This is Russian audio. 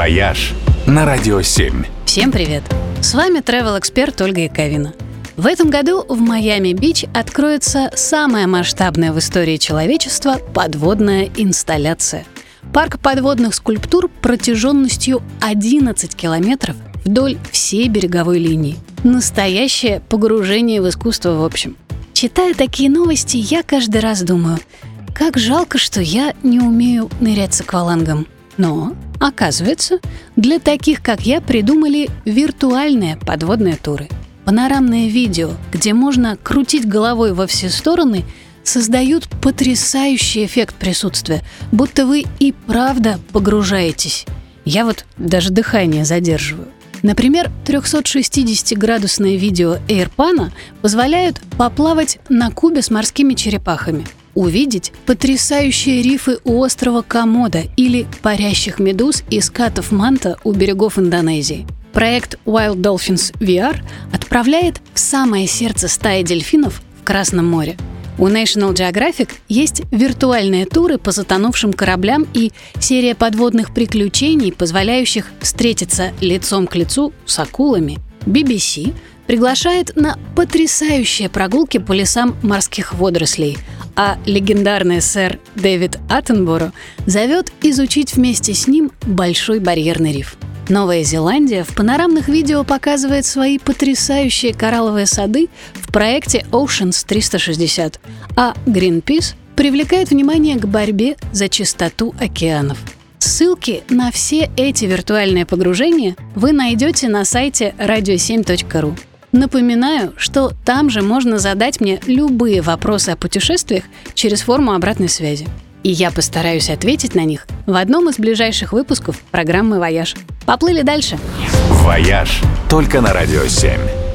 «Вояж» на Радио 7. Всем привет! С вами travel-эксперт Ольга Яковина. В этом году в Майами-Бич откроется самая масштабная в истории человечества подводная инсталляция. Парк подводных скульптур протяженностью 11 километров вдоль всей береговой линии. Настоящее погружение в искусство в общем. Читая такие новости, я каждый раз думаю, как жалко, что я не умею нырять с аквалангом. Но, оказывается, для таких, как я, придумали виртуальные подводные туры. Панорамное видео, где можно крутить головой во все стороны, создают потрясающий эффект присутствия, будто вы и правда погружаетесь. Я вот даже дыхание задерживаю. Например, 360-градусное видео AirPano позволяют поплавать на кубе с морскими черепахами, увидеть потрясающие рифы у острова Комодо или парящих медуз и скатов манта у берегов Индонезии. Проект Wild Dolphins VR отправляет в самое сердце стаи дельфинов в Красном море. У National Geographic есть виртуальные туры по затонувшим кораблям и серия подводных приключений, позволяющих встретиться лицом к лицу с акулами. BBC приглашает на потрясающие прогулки по лесам морских водорослей, а легендарный сэр Дэвид Аттенборо зовет изучить вместе с ним Большой барьерный риф. Новая Зеландия в панорамных видео показывает свои потрясающие коралловые сады в проекте Oceans 360, а Greenpeace привлекает внимание к борьбе за чистоту океанов. Ссылки на все эти виртуальные погружения вы найдете на сайте radio7.ru. Напоминаю, что там же можно задать мне любые вопросы о путешествиях через форму обратной связи. И я постараюсь ответить на них в одном из ближайших выпусков программы «Вояж». Поплыли дальше! «Вояж» только на Радио 7.